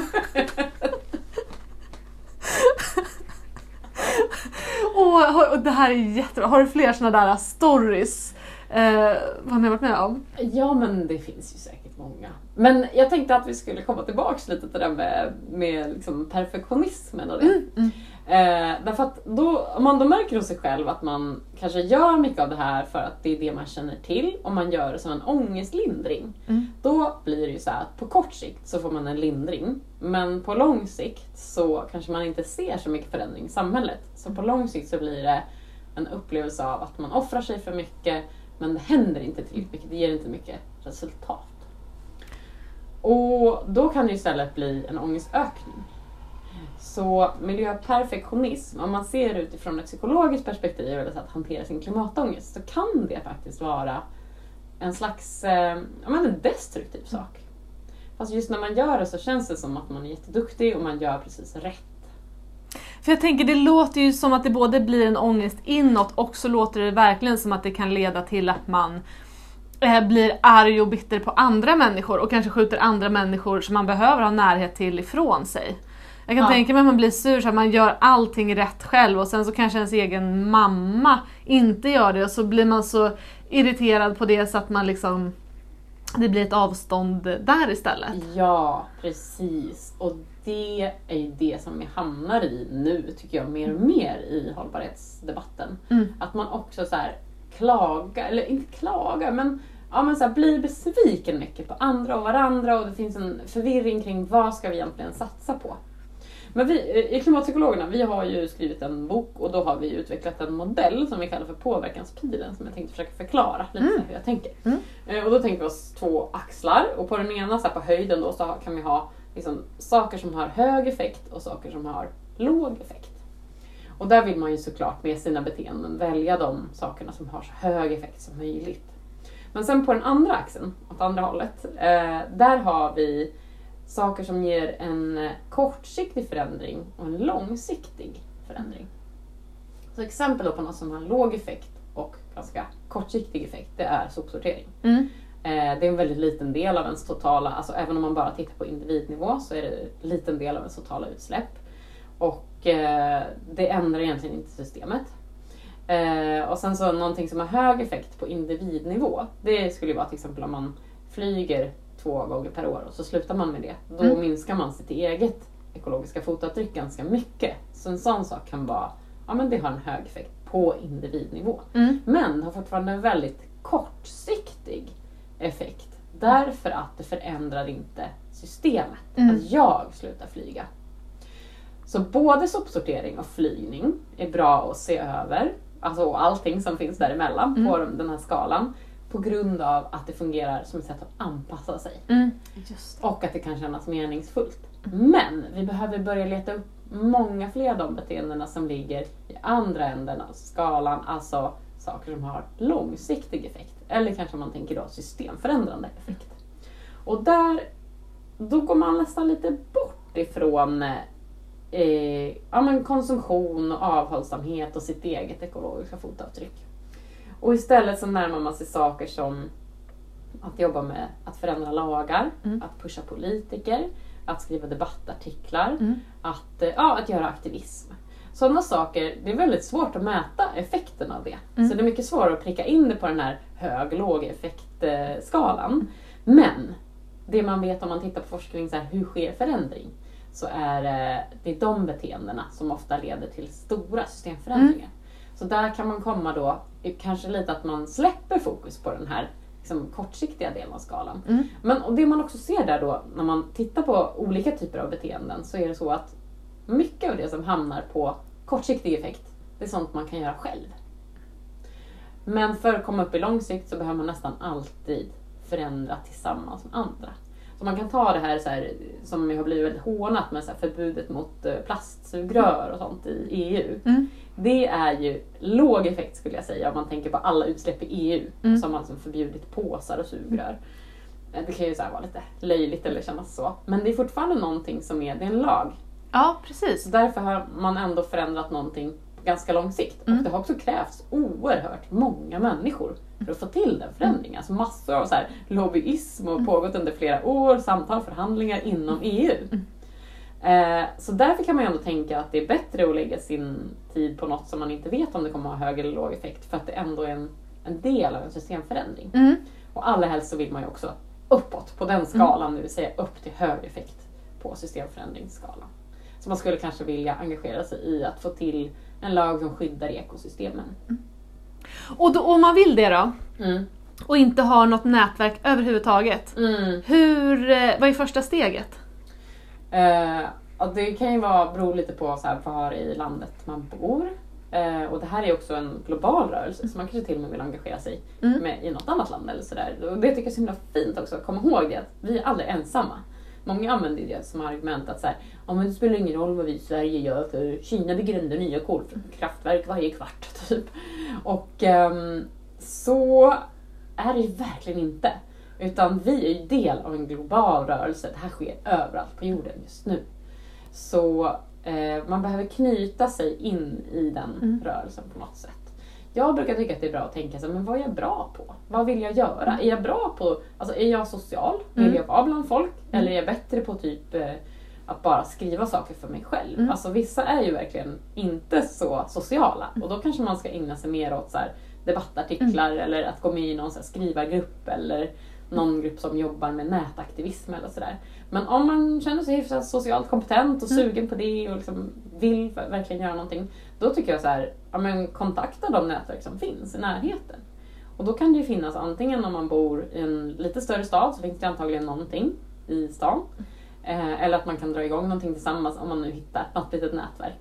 Och det här är jättebra. Har du fler såna där stories vad ni har varit med om? Ja, men det finns ju säkert många. Men jag tänkte att vi skulle komma tillbaka lite till det där med liksom perfektionismen och det. Därför att om man då märker hos sig själv att man kanske gör mycket av det här för att det är det man känner till och man gör det som en ångestlindring. Då blir det ju så här att på kort sikt så får man en lindring. Men på lång sikt så kanske man inte ser så mycket förändring i samhället. Så på lång sikt så blir det en upplevelse av att man offrar sig för mycket, men det händer inte tillräckligt mycket, det ger inte mycket resultat. Och då kan det istället bli en ångestökning. Så miljöperfektionism, om man ser det utifrån ett psykologiskt perspektiv eller så att hantera sin klimatångest, så kan det faktiskt vara en slags en destruktiv sak. Fast just när man gör det så känns det som att man är jätteduktig och man gör precis rätt. För jag tänker, det låter ju som att det både blir en ångest inåt och så låter det verkligen som att det kan leda till att man blir arg och bitter på andra människor och kanske skjuter andra människor som man behöver ha närhet till ifrån sig. Jag kan tänka mig att man blir sur så att man gör allting rätt själv och sen så kanske ens egen mamma inte gör det och så blir man så irriterad på det så att man liksom, det blir ett avstånd där istället. Ja, precis. Och det är ju det som vi hamnar i nu, tycker jag, mer och mer i hållbarhetsdebatten. Att man också så här klagar, eller inte klagar, men så här, blir besviken mycket på andra och varandra och det finns en förvirring kring vad ska vi egentligen satsa på. Men vi i Klimatpsykologerna, vi har ju skrivit en bok och då har vi utvecklat en modell som vi kallar för påverkanspilen som jag tänkte försöka förklara lite hur jag tänker. Och då tänker vi oss 2 axlar och på den ena så här, på höjden då, så kan vi ha liksom, saker som har hög effekt och saker som har låg effekt. Och där vill man ju såklart med sina beteenden välja de sakerna som har så hög effekt som möjligt. Men sen på den andra axeln, åt andra hållet, där har vi saker som ger en kortsiktig förändring och en långsiktig förändring. Så exempel då på något som har låg effekt och ganska kortsiktig effekt, det är sopsortering. Det är en väldigt liten del av ens totala, alltså även om man bara tittar på individnivå så är det en liten del av ens totala utsläpp. Och det ändrar egentligen inte systemet. Och sen så någonting som har hög effekt på individnivå, det skulle vara till exempel om man flyger 2 gånger per år och så slutar man med det. Då minskar man sitt eget ekologiska fotavtryck ganska mycket. Så en sån sak kan vara, men det har en hög effekt på individnivå. Men det har fortfarande en väldigt kortsiktig effekt. Därför att det förändrar inte systemet. Att jag slutar flyga. Så både sopsortering och flygning är bra att se över. Alltså allting som finns däremellan på den här skalan. På grund av att det fungerar som ett sätt att anpassa sig. Just. Och att det kan kännas meningsfullt. Men vi behöver börja leta upp många fler av de beteendena som ligger i andra änden av skalan. Alltså saker som har långsiktig effekt. Eller kanske man tänker då systemförändrande effekt. Och då går man nästan lite bort ifrån konsumtion och avhållsamhet och sitt eget ekologiska fotavtryck. Och istället så närmar man sig saker som att jobba med att förändra lagar, att pusha politiker, att skriva debattartiklar, att göra aktivism. Sådana saker, det är väldigt svårt att mäta effekten av det. Så det är mycket svårare att pricka in det på den här hög-låg effektskalan. Men det man vet om man tittar på forskning, så här, hur sker förändring? Så är det är de beteendena som ofta leder till stora systemförändringar. Så där kan man komma då, kanske lite att man släpper fokus på den här liksom, kortsiktiga delen av skalan. Men och det man också ser där då, när man tittar på olika typer av beteenden, så är det så att mycket av det som hamnar på kortsiktig effekt, det är sånt man kan göra själv. Men för att komma upp i lång sikt så behöver man nästan alltid förändra tillsammans med andra. Så man kan ta det här, så här som har blivit väldigt hånat med så här förbudet mot plastsugrör och sånt i EU. Det är ju låg effekt skulle jag säga om man tänker på alla utsläpp i EU som man som förbjudit påsar och sugrör. Det kan ju så här vara lite löjligt eller kännas så. Men det är fortfarande någonting som det är en lag. Ja, precis. Så därför har man ändå förändrat någonting på ganska lång sikt. Och det har också krävts oerhört många människor för att få till den förändringen. Alltså massor av så här lobbyism och pågått under flera år, samtal, förhandlingar inom EU. Så därför kan man ju ändå tänka att det är bättre att lägga sin tid på något som man inte vet om det kommer att ha hög eller låg effekt. För att det ändå är en del av en systemförändring. Och allra helst så vill man ju också uppåt på den skalan, det vill säga upp till hög effekt på systemförändringsskalan. Så man skulle kanske vilja engagera sig i att få till en lag som skyddar ekosystemen. Och då, om man vill det då, och inte har något nätverk överhuvudtaget, vad är första steget? Det kan ju bero lite på så här, var i landet man bor. Och det här är också en global rörelse, så man kanske till och med vill engagera sig i något annat land eller sådär. Och det tycker jag är så himla fint också, att komma ihåg det, att vi är aldrig ensamma. Många använder det som argument att så här, men det spelar ingen roll vad vi i Sverige gör, för Kina begrundar nya kolkraftverk varje kvart typ. Och så är det ju verkligen inte. Utan vi är ju del av en global rörelse. Det här sker överallt på jorden just nu. Så man behöver knyta sig in i den rörelsen på något sätt. Jag brukar tycka att det är bra att tänka sig, men vad är jag bra på? Vad vill jag göra? Är jag bra på, alltså är jag social? Vill jag vara bland folk? Eller är jag bättre på typ att bara skriva saker för mig själv? Alltså vissa är ju verkligen inte så sociala. Och då kanske man ska ägna sig mer åt så här debattartiklar eller att gå med i någon så här skrivargrupp eller någon grupp som jobbar med nätaktivism eller sådär. Men om man känner sig hyfsat socialt kompetent och sugen på det och liksom vill verkligen göra någonting, då tycker jag så här, kontakta de nätverk som finns i närheten. Och då kan det ju finnas antingen om man bor i en lite större stad, så finns det antagligen någonting i stan. Eller att man kan dra igång någonting tillsammans om man nu hittar något litet nätverk.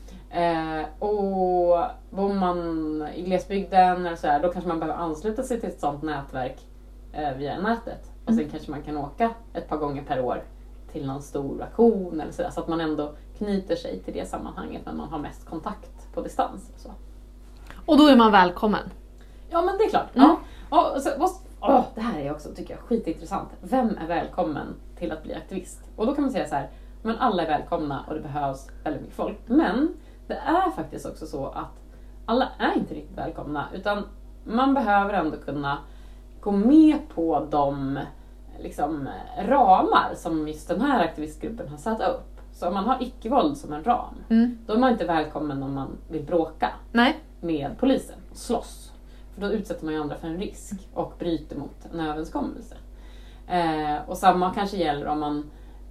Och bor man i glesbygden eller så här, då kanske man behöver ansluta sig till ett sådant nätverk via nätet. Och sen kanske man kan åka ett par gånger per år till någon stor aktion eller sådär. Så att man ändå knyter sig till det sammanhanget när man har mest kontakt på distans. Så. Och då är man välkommen. Ja, men det är klart. Ja. Det här är också, tycker jag, skitintressant. Vem är välkommen till att bli aktivist? Och då kan man säga så här, men alla är välkomna och det behövs väldigt mycket folk. Men det är faktiskt också så att alla är inte riktigt välkomna, utan man behöver ändå kunna gå med på de liksom, ramar som just den här aktivistgruppen har satt upp. Så om man har icke-våld som en ram, då är man inte välkommen om man vill bråka med polisen och slåss. För då utsätter man ju andra för en risk och bryter mot en överenskommelse. Och samma kanske gäller om man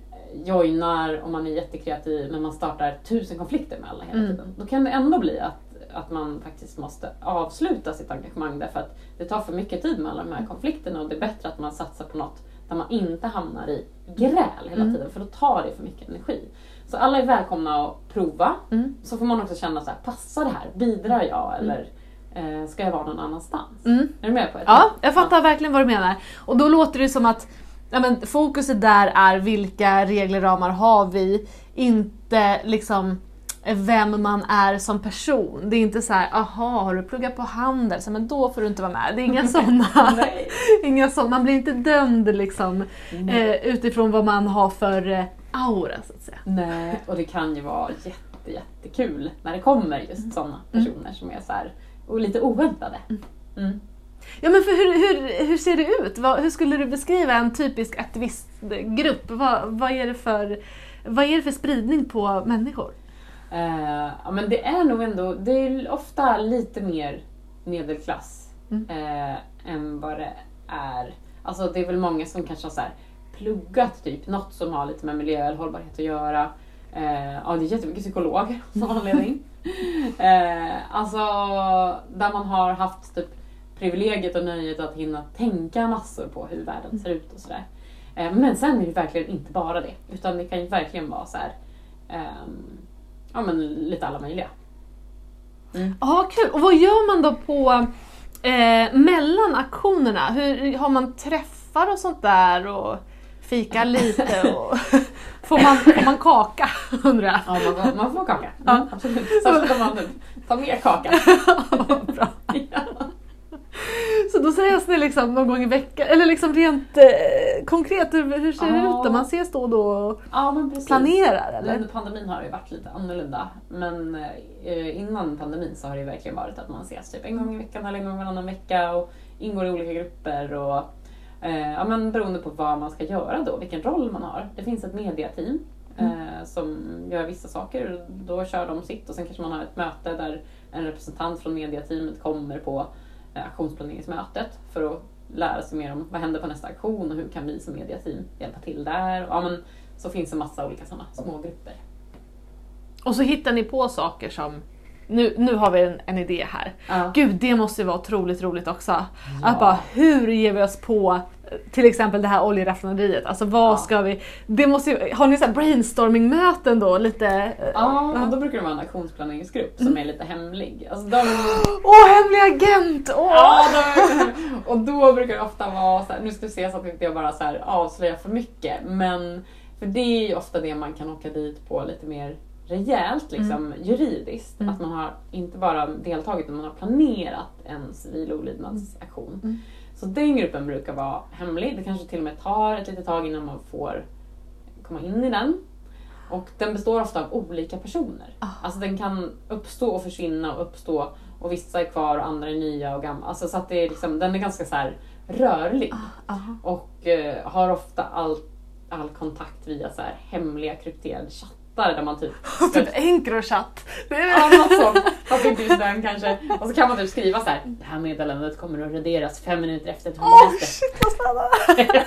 joinar, om man är jättekreativ, men man startar 1000 konflikter med alla hela tiden. Då kan det ändå bli att man faktiskt måste avsluta sitt engagemang, därför att det tar för mycket tid med alla de här konflikterna, och det är bättre att man satsar på något där man inte hamnar i gräl hela tiden, för då tar det för mycket energi. Så alla är välkomna att prova, så får man också känna så här, passar det här? Bidrar jag eller ska jag vara någon annanstans? Är du med på det? Ja, jag fattar verkligen vad du menar. Och då låter det som att fokuset där är vilka reglerramar har vi, inte liksom vem man är som person. Det är inte så här, har du pluggat på handel, så, men då får du inte vara med. Det är inga sådana. Inga sådana. Man blir inte dömd liksom, utifrån vad man har för aura, så att säga. Nej, och det kan ju vara jättekul när det kommer just sådana personer som är så här, och lite oväntade. Ja, men för hur ser det ut? Hur skulle du beskriva en typisk aktivistgrupp? Vad är det för spridning på människor? Ja, men det är nog ändå, det är ofta lite mer medelklass än vad det är. Alltså det är väl många som kanske har så här pluggat typ något som har lite med miljö eller hållbarhet att göra. Ja, det är jättemycket psykologer som anledning. Alltså där man har haft typ privilegiet och nöjet att hinna tänka massor på hur världen ser ut och sådär. Men sen är det verkligen inte bara det, utan det kan ju verkligen vara så här, ja men lite alla möjliga. Ja, kul. Och vad gör man då på mellan aktionerna? Hur har man träffar och sånt där och fika lite och får man kaka, undrar jag? Ja, man får kaka. Absolut. Särskilt om man tar mer kaka. Bra. Så då sägs det liksom någon gång i veckan, eller liksom rent konkret, hur ser det ut då? Man ses då och då och planerar eller? Under pandemin har det ju varit lite annorlunda. Men innan pandemin så har det ju verkligen varit att man ses typ en gång i veckan eller en gång varannan vecka och ingår i olika grupper och men beroende på vad man ska göra då, vilken roll man har. Det finns ett mediateam som gör vissa saker, då kör de sitt och sen kanske man har ett möte där en representant från mediateamet kommer på aktionsplaneringsmötet för att lära sig mer om vad händer på nästa aktion och hur kan vi som mediateam hjälpa till där. Ja, men så finns det massa olika sådana små grupper. Och så hittar ni på saker som nu har vi en idé här. Ja. Gud, det måste ju vara otroligt roligt också. Ja. Att bara, hur ger vi oss på till exempel det här oljeraffinaderiet? Alltså vad ska vi... Det måste ju, har ni så här brainstorming-möten då? Lite, ja, och då brukar det vara en aktionsplaneringsgrupp som är lite hemlig. Alltså hemlig agent! Ja, och då brukar det ofta vara så här, nu ska vi se så att inte jag bara så här avslöjar för mycket. Men för det är ju ofta det man kan åka dit på lite mer rejält liksom, juridiskt. Att man har inte bara deltagit utan man har planerat en civil olydnadsaktion. Så den gruppen brukar vara hemlig. Det kanske till och med tar ett litet tag innan man får komma in i den. Och den består ofta av olika personer. Alltså den kan uppstå och försvinna och uppstå och vissa är kvar och andra är nya och gamla. Alltså så att det är liksom, den är ganska så här rörlig. Och har ofta all kontakt via så här hemliga krypterade chattar där man typ Encrochat. Ja, något sånt. Fast inte just den kanske. Och så kan man typ skriva så här: det här meddelandet kommer att raderas 5 minuter efter att shit vad spännande.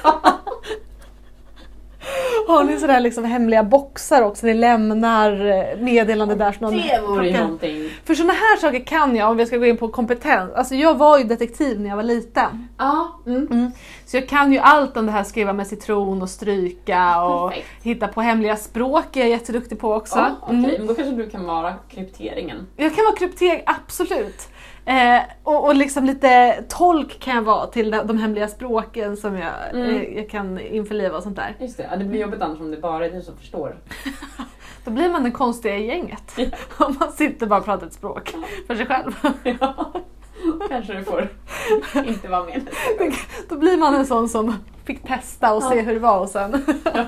Har ni sådär liksom hemliga boxar också? Ni lämnar meddelande där. Det vore ju någonting. För sådana här saker kan jag, om vi ska gå in på kompetens. Alltså jag var ju detektiv när jag var liten. Så jag kan ju allt om det här, skriva med citron och stryka och hitta på hemliga språk. Jag är jätteduktig på också. Okej, men då kanske du kan vara krypteringen. Jag kan vara kryptering, absolut. Och liksom lite tolk kan jag vara till de hemliga språken som jag kan införliva och sånt där. Just det, det blir jobbigt annars om det bara är du som förstår. Då blir man den konstiga i gänget. Om man sitter bara och pratar ett språk för sig själv. Kanske du får inte vara med. Då blir man en sån som fick testa och se hur det var och sen...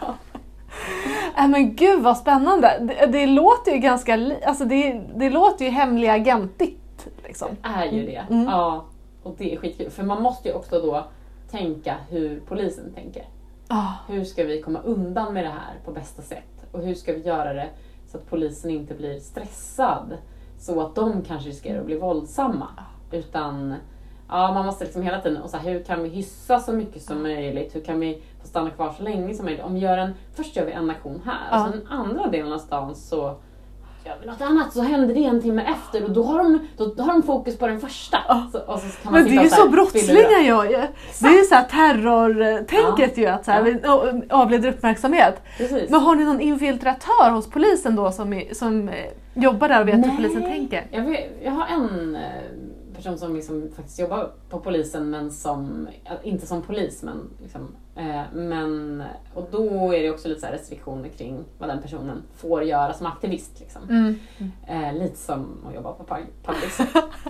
Men gud vad spännande. Det låter ju ganska... Alltså det låter ju hemliga agentigt. Liksom. Det är ju det. Ja, och det är skitkul. För man måste ju också då tänka hur polisen tänker. Hur ska vi komma undan med det här på bästa sätt? Och hur ska vi göra det så att polisen inte blir stressad? Så att de kanske riskerar att bli våldsamma. Utan man måste liksom hela tiden, och så här, hur kan vi hyssa så mycket som möjligt? Hur kan vi få stanna kvar så länge som möjligt? Om vi först gör vi en aktion här. Och sen den andra delen av stan så gör vi något annat, så händer det en timme efter och då har de fokus på den första. Och så kan man. Men det är ju så brottslingar gör ju. Det är ju så här terrortänket ju, att så här, vi avleder uppmärksamhet. Precis. Men har ni någon infiltratör hos polisen då som jobbar där och vet hur polisen tänker? Jag har en person som liksom faktiskt jobbar på polisen, men inte som polis, men liksom, och då är det också lite så här restriktioner kring vad den personen får göra som aktivist liksom. Lite som att jobba på public.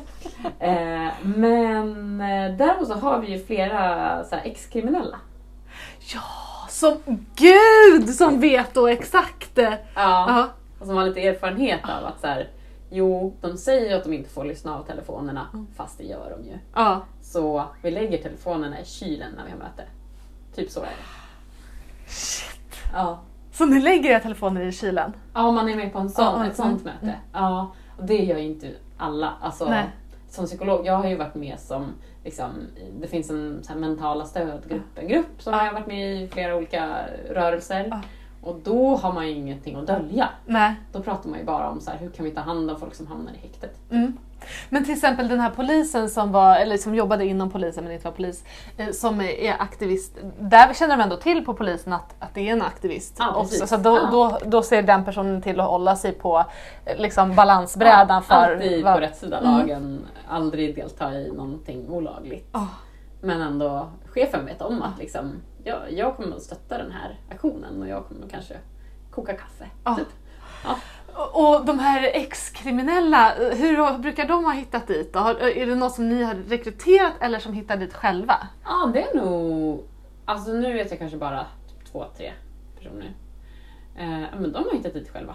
Men däremot så har vi ju flera så här ex-kriminella. Ja, som vet då exakt. Och som har lite erfarenhet av att så här, jo, de säger att de inte får lyssna av telefonerna, fast det gör de ju. Så vi lägger telefonerna i kylen när vi har möte. Typ så är det. Shit. Ja. Så ni lägger era telefoner i kylen? Ja, om man är med på ett sånt möte. Ja, och det gör ju inte alla. Alltså, som psykolog, jag har ju varit med som liksom, det finns en så här mentala stödgrupp som jag har varit med i flera olika rörelser. Och då har man ju ingenting att dölja. Nej. Då pratar man ju bara om så här, hur kan vi ta hand om folk som hamnar i häktet. Men till exempel den här polisen som jobbade inom polisen men inte var polis, som är aktivist, där känner de ändå till på polisen att det är en aktivist också. Så då ser den personen till att hålla sig på liksom balansbrädan för... Alltid på rätt sida lagen, aldrig delta i någonting olagligt. Men ändå, chefen vet om att liksom, jag kommer att stötta den här aktionen och jag kommer kanske koka kaffe. Typ. Och de här ex-kriminella, hur brukar de ha hittat dit då? Är det något som ni har rekryterat eller som hittar dit själva? Ja, det är nog Alltså nu vet jag kanske bara 2-3 personer. Men de har hittat dit själva.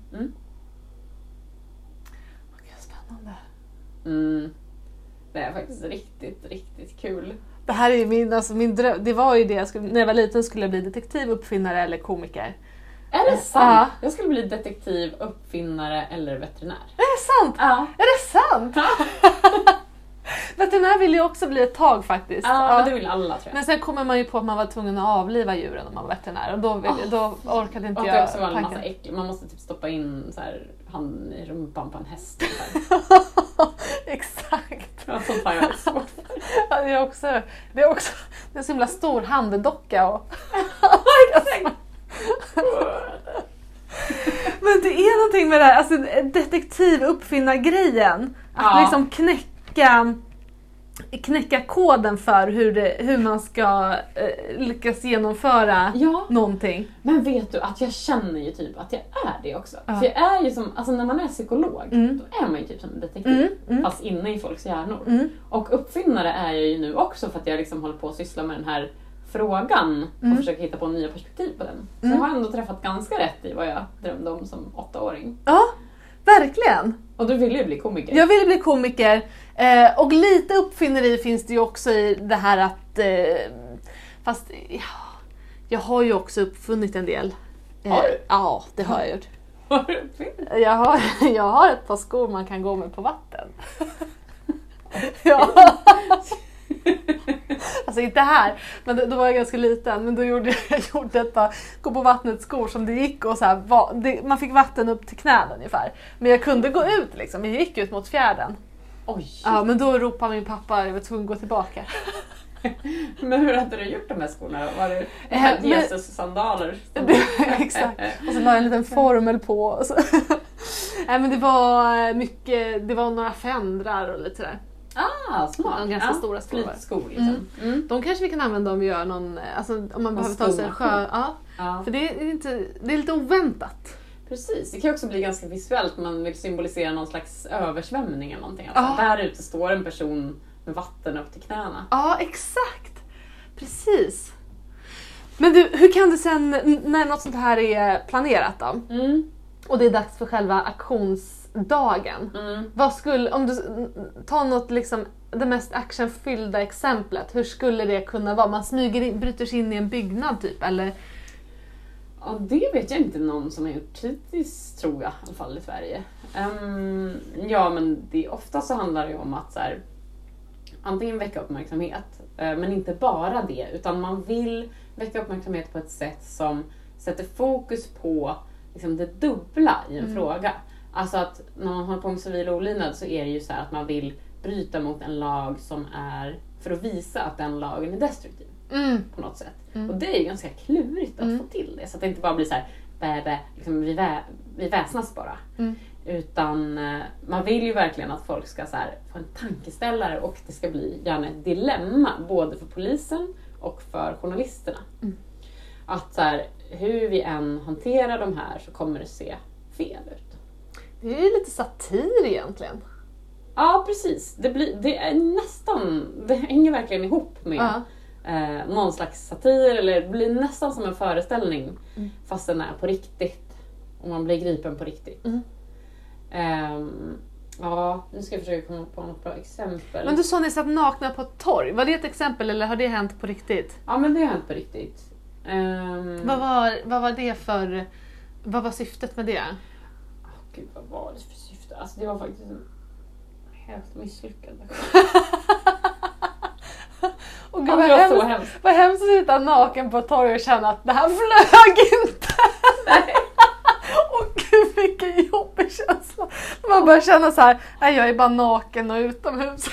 Okej, spännande. Det är faktiskt riktigt, riktigt kul. Det här är min dröm. Det var ju det när jag var liten skulle jag bli detektiv, uppfinnare eller komiker. Är det sant? Jag skulle bli detektiv, uppfinnare eller veterinär. Är det sant? Ja. Är det sant? Veterinär ville jag också bli ett tag faktiskt. Ja, men det vill alla tror jag. Men sen kommer man ju på att man var tvungen att avliva djuren om man var veterinär. Och då orkade inte och jag det också var en tanken. massa äcklig. Man måste typ stoppa in så här, handen i rumpan på en häst. Exakt. Ja, sånt har jag svårt för. Ja, det är också det är en så himla stor handdocka. Men det är någonting med det här, alltså detektiv uppfinna-grejen. Att liksom knäcka koden för hur man ska lyckas genomföra någonting. Men vet du att jag känner ju typ att jag är det också. För jag är ju som, alltså när man är psykolog, då är man ju typ som en detektiv. Fast inne i folks hjärnor. Och uppfinnare är jag ju nu också för att jag liksom håller på att syssla med den här frågan och försöker hitta på nya perspektiv på den. Så jag har ändå träffat ganska rätt i vad jag drömde om som 8-åring. Ja, verkligen. Och du ville ju bli komiker. Jag ville bli komiker. Och lite uppfinneri finns det ju också i det här att... fast jag har ju också uppfunnit en del. Har du? Ja, det har jag gjort. Har du uppfunnit? Jag har ett par skor man kan gå med på vatten. Ja. Alltså inte här, men då var jag ganska liten. Men då gjorde jag ett par gå på vattnet skor som det gick och så här, man fick vatten upp till knäna ungefär. Men jag kunde gå ut liksom, jag gick ut mot fjärden. Oj. Ja, men då ropade min pappa, jag var tvungen att gå tillbaka. Men hur hade du gjort de här skorna? Var det Jesus-sandaler? Exakt. Och så la jag en liten formel på. Och så. Nej, men det var mycket, det var några fändrar och lite sådär. Smart. Ganska stora skor. Skor liksom. De kanske vi kan använda om vi gör någon, alltså om man behöver ta sig en sjö. För det är lite oväntat. Precis, det kan också bli ganska visuellt. Man vill symbolisera någon slags översvämning eller någonting. Alltså, där ute står en person med vatten upp till knäna. Ja, exakt. Precis. Men du, hur kan det sen, när något sånt här är planerat då? Och det är dags för själva aktionsdagen. Vad skulle, om du tar något liksom, det mest actionfyllda exemplet, hur skulle det kunna vara? Man bryter sig in i en byggnad typ, eller? Ja, det vet jag inte någon som har gjort hittills, tror jag, i alla fall i Sverige. Ja, men ofta så handlar det om att så här, antingen väcka uppmärksamhet, men inte bara det, utan man vill väcka uppmärksamhet på ett sätt som sätter fokus på liksom det dubbla i en fråga. Alltså att när man håller på med civil olydnad så är det ju så här att man vill bryta mot en lag som är, för att visa att den lagen är destruktiv på något sätt. Och det är ju ganska klurigt att få till det, så att det inte bara blir så här, liksom, vi väsnas bara. Utan man vill ju verkligen att folk ska så här, få en tankeställare, och det ska bli gärna ett dilemma både för polisen och för journalisterna. Att så här, hur vi än hanterar de här så kommer det se fel ut. Det är ju lite satir egentligen. Ja, precis. Det är nästan, det hänger verkligen ihop med någon slags satir, eller det blir nästan som en föreställning fast den är på riktigt. Och man blir gripen på riktigt. Ja, nu ska jag försöka komma på något bra exempel. Men du sa nyss att nakna på ett torg. Var det ett exempel eller har det hänt på riktigt? Ja, men det har hänt på riktigt. Vad var det för... Vad var syftet med det? Gud, vad var det för syfte? Alltså det var faktiskt en helt misslyckad. Och gud, vad hemskt att sitta naken på ett torg och känna att det här flög inte. Nej. Och gud, vilken jobbig känsla. Man börjar känna så här, nej, jag är bara naken och utomhus.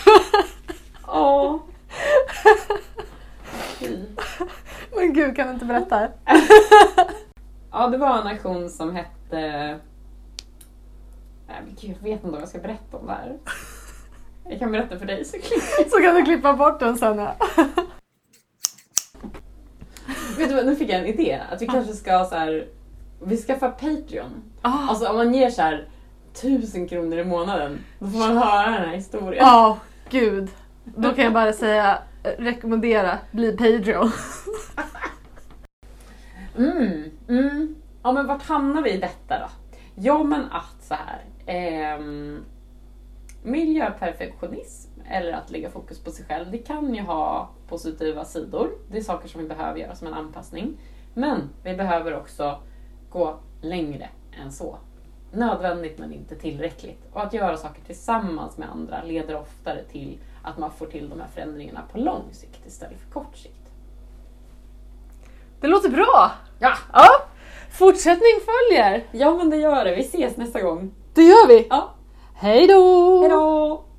Men gud, kan du inte berätta här? Ja, det var en aktion som hette... Jag vet inte om jag ska berätta om det här. Jag kan berätta för dig så kan du klippa bort den sen. Vet du vad, nu fick jag en idé. Att vi kanske ska så här... Vi skaffar Patreon. Alltså om man ger så här 1000 kronor i månaden, då får man höra den här historien. Gud. Då kan jag bara säga, rekommendera, bli Patreon. Ja, men vart hamnar vi i detta då? Ja, men att så här. Miljöperfektionism eller att lägga fokus på sig själv, det kan ju ha positiva sidor. Det är saker som vi behöver göra som en anpassning. Men vi behöver också gå längre än så. Nödvändigt men inte tillräckligt. Och att göra saker tillsammans med andra leder oftare till att man får till de här förändringarna på lång sikt istället för kort sikt. Det låter bra! Ja! Fortsättning följer! Ja, men det gör det. Vi ses nästa gång. Det gör vi! Ja. Hej då! Hej då!